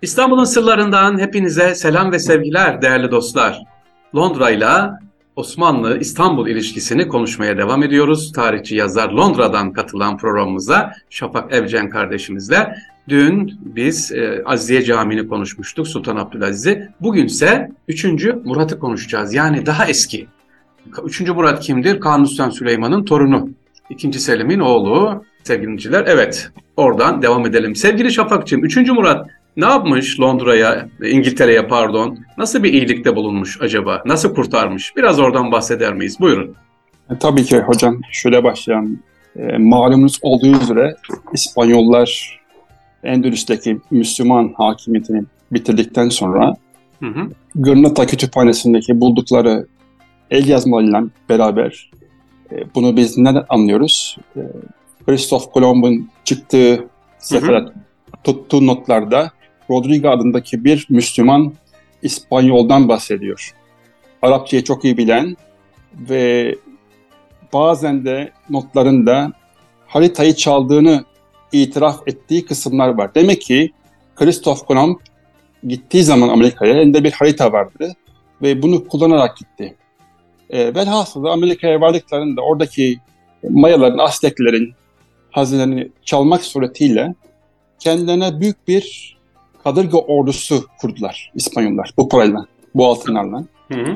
İstanbul'un sırlarından hepinize selam ve sevgiler değerli dostlar. Londra'yla Osmanlı-İstanbul ilişkisini konuşmaya devam ediyoruz. Tarihçi yazar Londra'dan katılan programımıza Şafak Evcen kardeşimizle. Dün biz Aziziye Camii'ni konuşmuştuk, Sultan Abdülaziz'i. Bugünse 3. Murat'ı konuşacağız. Yani daha eski. 3. Murat kimdir? Kanuni Sultan Süleyman'ın torunu. 2. Selim'in oğlu. Sevgili dinleyiciler, evet, oradan devam edelim. Sevgili Şafak'cığım, 3. Murat ne yapmış Londra'ya, İngiltere'ye pardon? Nasıl bir iyilikte bulunmuş acaba? Nasıl kurtarmış? Biraz oradan bahseder miyiz? Buyurun. Tabii ki hocam. Şöyle başlayalım. Malumunuz olduğu üzere İspanyollar Endülüs'teki Müslüman hakimiyetini bitirdikten sonra Granada Kütüphanesi'ndeki buldukları el yazmalarıyla beraber bunu biz neden anlıyoruz? Christoph Kolomb'un çıktığı sefere tuttuğu notlarda Rodrigo adındaki bir Müslüman İspanyol'dan bahsediyor. Arapçayı çok iyi bilen ve bazen de notlarında haritayı çaldığını itiraf ettiği kısımlar var. Demek ki Christoph Kolomb gittiği zaman Amerika'ya elinde bir harita vardı ve bunu kullanarak gitti. Velhasılı Amerika'ya vardıklarında oradaki Mayaların, Azteklerin hazinelerini çalmak suretiyle kendilerine büyük bir kadırga ordusu kurdular İspanyollar bu parayla, bu altınlarla.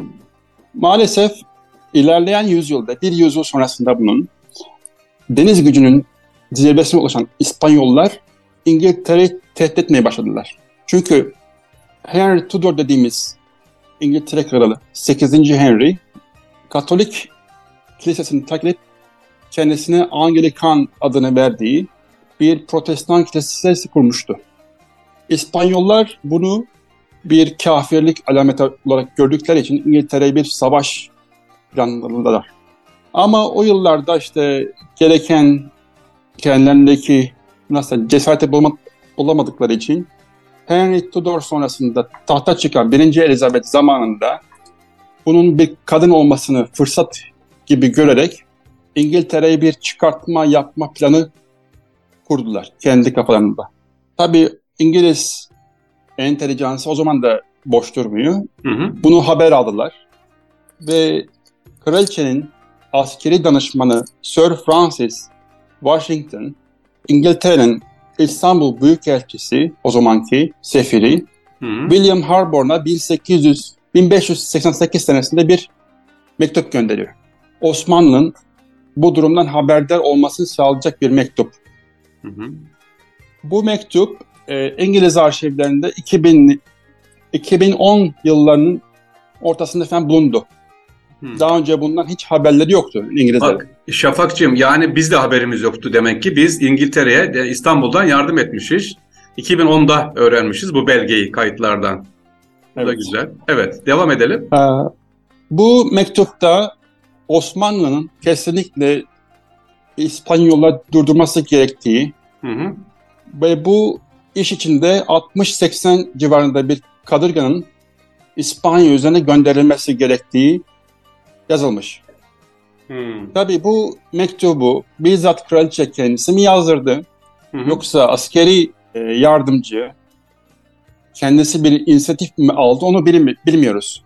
Maalesef ilerleyen yüzyılda, bir yüzyıl sonrasında bunun deniz gücünün zirvesine ulaşan İspanyollar İngiltere'yi tehdit etmeye başladılar. Çünkü Henry Tudor dediğimiz İngiltere Kralı 8. Henry Katolik kilisesini takip edip kendisine Anglikan adını verdiği bir protestan kilisesi kurmuştu. İspanyollar bunu bir kafirlik alameti olarak gördükleri için İngiltere'ye bir savaş planladılar. Ama o yıllarda işte gereken kendilerindeki cesareti bulamadıkları için Henry Tudor sonrasında tahta çıkan 1. Elizabeth zamanında bunun bir kadın olmasını fırsat gibi görerek İngiltere'ye bir çıkartma yapma planı kurdular kendi kafalarında. Tabii İngiliz entelijansı o zaman da boş durmuyor. Bunu haber aldılar ve kraliçenin askeri danışmanı Sir Francis Washington, İngiltere'nin İstanbul Büyükelçisi, o zamanki sefiri, William Harborne'a 1588 senesinde bir mektup gönderiyor. Osmanlı'nın bu durumdan haberdar olmasını sağlayacak bir mektup. Bu mektup İngiliz arşivlerinde 2010 yıllarının ortasında falan bulundu. Daha önce bundan hiç haberleri yoktu İngilizlerin. Bak Şafak'cığım, yani biz de haberimiz yoktu demek ki. Biz İngiltere'ye İstanbul'dan yardım etmişiz. 2010'da öğrenmişiz bu belgeyi kayıtlardan. Bu da güzel. Evet, devam edelim. Bu mektupta Osmanlı'nın kesinlikle İspanyolları durdurması gerektiği ve bu iş içinde 60-80 civarında bir kadırganın İspanya üzerine gönderilmesi gerektiği yazılmış. Tabii bu mektubu bizzat kraliçe kendisi mi yazdırdı? Yoksa askeri yardımcı kendisi bir inisiyatif mi aldı, onu bilmiyoruz.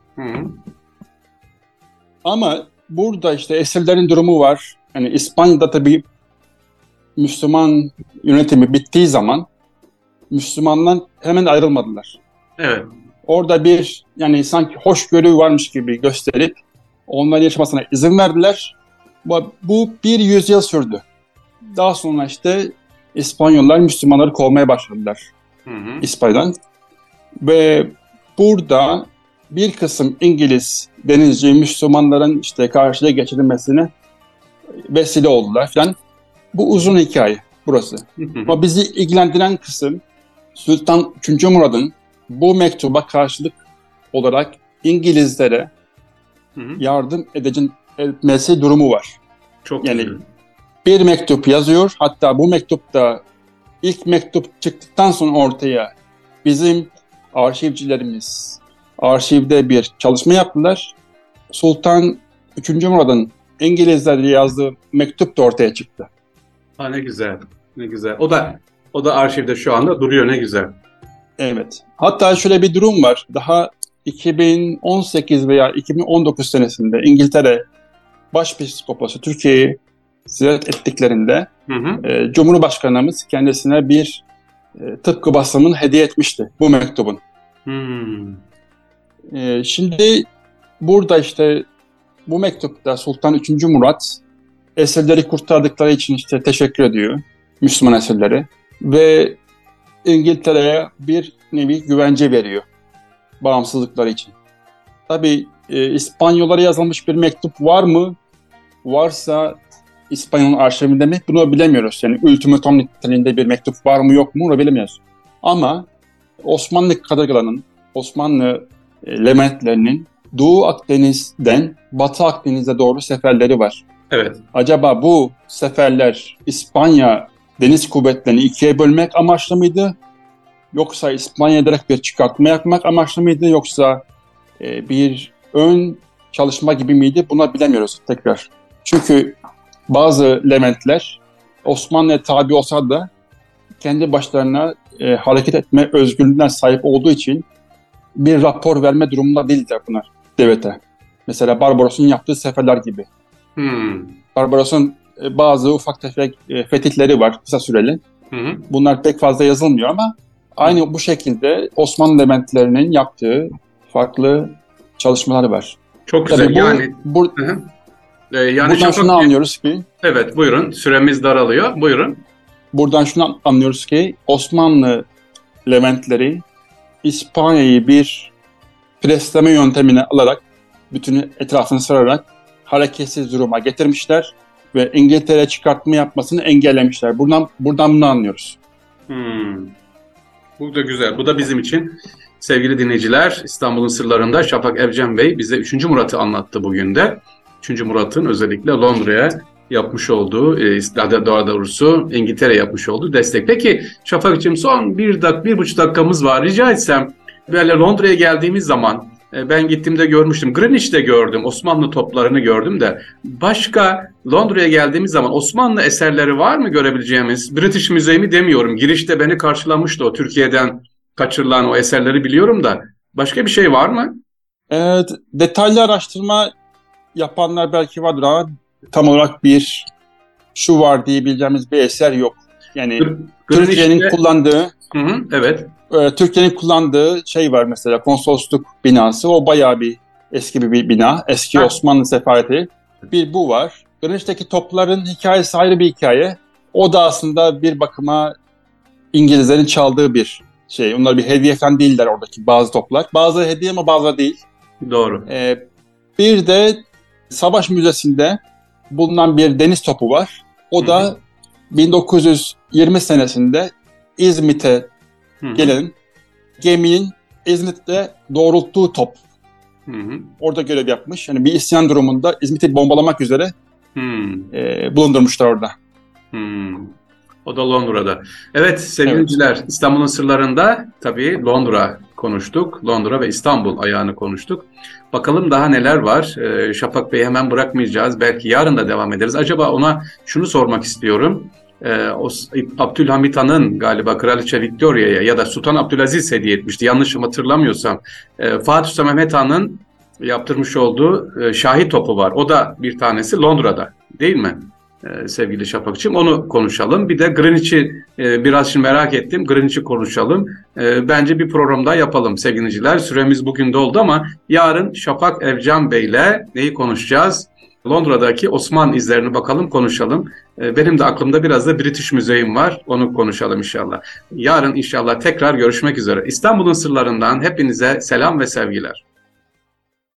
Ama burada işte esirlerin durumu var. Yani İspanya'da tabii Müslüman yönetimi bittiği zaman Müslümanlar hemen ayrılmadılar. Evet. Orada bir sanki hoşgörü varmış gibi gösterip onların yaşamasına izin verdiler. Bu bir yüzyıl sürdü. Daha sonra işte İspanyollar Müslümanları kovmaya başladılar İspanya'dan. Ve burada bir kısım İngiliz denizci Müslümanların işte karşıya geçirilmesine vesile oldular falan. Bu uzun hikaye burası. Ama bizi ilgilendiren kısım Sultan 3. Murad'ın bu mektuba karşılık olarak İngilizlere yardım etmesi durumu var. Çok güzel. Bir mektup yazıyor. Hatta bu mektupta ilk mektup çıktıktan sonra ortaya bizim arşivcilerimiz arşivde bir çalışma yaptılar. Sultan 3. Murad'ın İngilizlerle yazdığı mektup da ortaya çıktı. Ne güzel. Ne güzel. O da arşivde şu anda duruyor, ne güzel. Evet. Hatta şöyle bir durum var. Daha 2018 veya 2019 senesinde İngiltere Başpiskoposu Türkiye'yi ziyaret ettiklerinde Hı hı. Cumhurbaşkanımız kendisine bir tıpkı basımını hediye etmişti bu mektubun. Hmm. Şimdi burada işte bu mektupta Sultan 3. Murat esirleri kurtardıkları için işte teşekkür ediyor, Müslüman esirleri, ve İngiltere'ye bir nevi güvence veriyor bağımsızlıkları için. Tabii İspanyollara yazılmış bir mektup var mı? Varsa İspanyol arşivinde mi? Bunu bilemiyoruz. Yani ultimatum niteliğinde bir mektup var mı yok mu? Onu bilemiyoruz. Ama Osmanlı kadırgalarının, Osmanlı Leventlerinin Doğu Akdeniz'den Batı Akdeniz'e doğru seferleri var. Evet. Acaba bu seferler İspanya deniz kuvvetlerini ikiye bölmek amaçlı mıydı? Yoksa İspanya'ya direkt bir çıkartma yapmak amaçlı mıydı? Yoksa bir ön çalışma gibi miydi? Bunu bilemiyoruz tekrar. Çünkü bazı Leventler Osmanlı'ya tabi olsa da kendi başlarına hareket etme özgürlüğüne sahip olduğu için bir rapor verme durumunda değildir bunlar devlete. Mesela Barbaros'un yaptığı seferler gibi. Barbaros'un bazı ufak tefek fetihleri var kısa süreli. Bunlar pek fazla yazılmıyor ama aynı bu şekilde Osmanlı Leventlerinin yaptığı farklı çalışmaları var. Çok güzel. Tabii Yani buradan şunu anlıyoruz ki, evet, buyurun. Süremiz daralıyor. Buyurun. Buradan şunu anlıyoruz ki Osmanlı Leventleri İspanya'yı bir presleme yöntemine alarak, bütün etrafını sararak hareketsiz duruma getirmişler ve İngiltere'ye çıkartma yapmasını engellemişler. Buradan bunu anlıyoruz. Bu da güzel. Bu da bizim için, sevgili dinleyiciler, İstanbul'un sırlarında Şafak Evcen Bey bize 3. Murat'ı anlattı bugün de. 3. Murat'ın özellikle Londra'ya yapmış olduğu, daha doğrusu İngiltere yapmış olduğu destek. Peki Şafak'cığım, son 1,5 dakikamız var. Rica etsem, böyle Londra'ya geldiğimiz zaman, ben gittiğimde görmüştüm. Greenwich'te gördüm. Osmanlı toplarını gördüm de. Başka Londra'ya geldiğimiz zaman Osmanlı eserleri var mı görebileceğimiz? British Müzeyimi demiyorum. Girişte beni karşılamıştı o Türkiye'den kaçırılan o eserleri biliyorum da. Başka bir şey var mı? Evet, detaylı araştırma yapanlar belki vardır ama tam olarak bir şu var diyebileceğimiz bir eser yok. Yani Türkiye'nin kullandığı evet. Türkiye'nin kullandığı şey var mesela, konsolosluk binası. O bayağı bir eski bir bina. Eski Osmanlı sefareti. Bir bu var. Greenwich'teki topların hikayesi ayrı bir hikaye. O da aslında bir bakıma İngilizlerin çaldığı bir şey. Onlar bir hediye falan değiller oradaki bazı toplar. Bazıları hediye ama bazıları değil. Doğru. Bir de Savaş Müzesi'nde bulunan bir deniz topu var. O da 1920 senesinde İzmit'e gelen geminin İzmit'te doğrulttuğu top. Orada görev yapmış. Yani bir isyan durumunda İzmit'i bombalamak üzere bulundurmuşlar orada. O da Londra'da. Evet sevgili dinleyiciler, İstanbul'un sırlarında tabii Londra konuştuk. Londra ve İstanbul ayağını konuştuk. Bakalım daha neler var. Şafak Bey'i hemen bırakmayacağız. Belki yarın da devam ederiz. Acaba ona şunu sormak istiyorum. Abdülhamit Han'ın galiba Kraliçe Victoria'ya ya da Sultan Abdülaziz hediye etmişti. Yanlışım hatırlamıyorsam. Fatih Sultan Mehmet Han'ın yaptırmış olduğu Şahi topu var. O da bir tanesi Londra'da, değil mi? Sevgili Şafak'cığım, onu konuşalım. Bir de Greenwich'i biraz şimdi merak ettim. Greenwich'i konuşalım. Bence bir program daha yapalım sevgili dinleyiciler. Süremiz bugün doldu ama yarın Şafak Evcan Bey'le neyi konuşacağız? Londra'daki Osmanlı izlerini bakalım, konuşalım. Benim de aklımda biraz da British Müzeyim var. Onu konuşalım inşallah. Yarın inşallah tekrar görüşmek üzere. İstanbul'un sırlarından hepinize selam ve sevgiler.